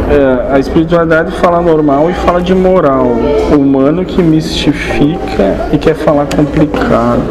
a espiritualidade fala normal e fala de moral. O humano que mistifica e quer falar complicado.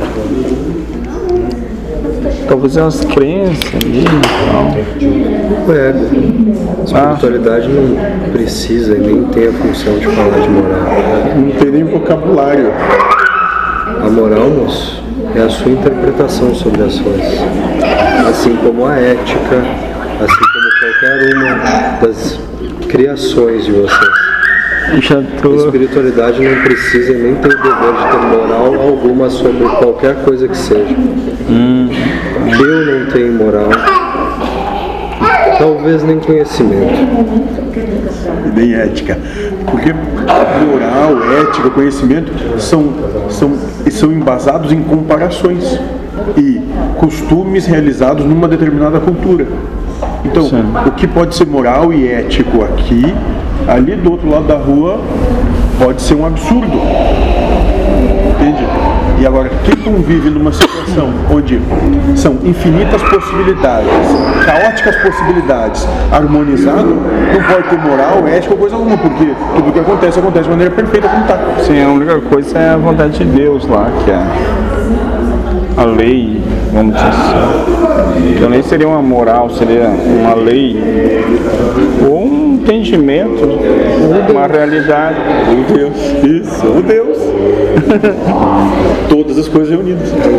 Talvez é as crenças ali e tal. A espiritualidade não precisa e nem tem a função de falar de moral. Não tem nem vocabulário. A moral, moço, é a sua interpretação sobre as coisas. Assim como a ética, assim como qualquer uma das criações de vocês. A espiritualidade não precisa nem ter o dever de ter moral alguma sobre qualquer coisa que seja. Eu não tenho moral, talvez nem conhecimento. E nem ética. Porque moral, ética, conhecimento são embasados em comparações e costumes realizados numa determinada cultura. Então, o que pode ser moral e ético aqui, ali do outro lado da rua, pode ser um absurdo. Entende? E agora, quem convive numa situação onde são infinitas possibilidades, caóticas possibilidades, harmonizado, não pode ter moral, ética ou coisa alguma, porque tudo que acontece de maneira perfeita como está. Sim, a única coisa é a vontade de Deus lá, que é a lei, vamos dizer assim. Então nem seria uma moral, seria uma lei, ou um entendimento, uma realidade. O Deus, isso, o Deus. Todas as coisas reunidas.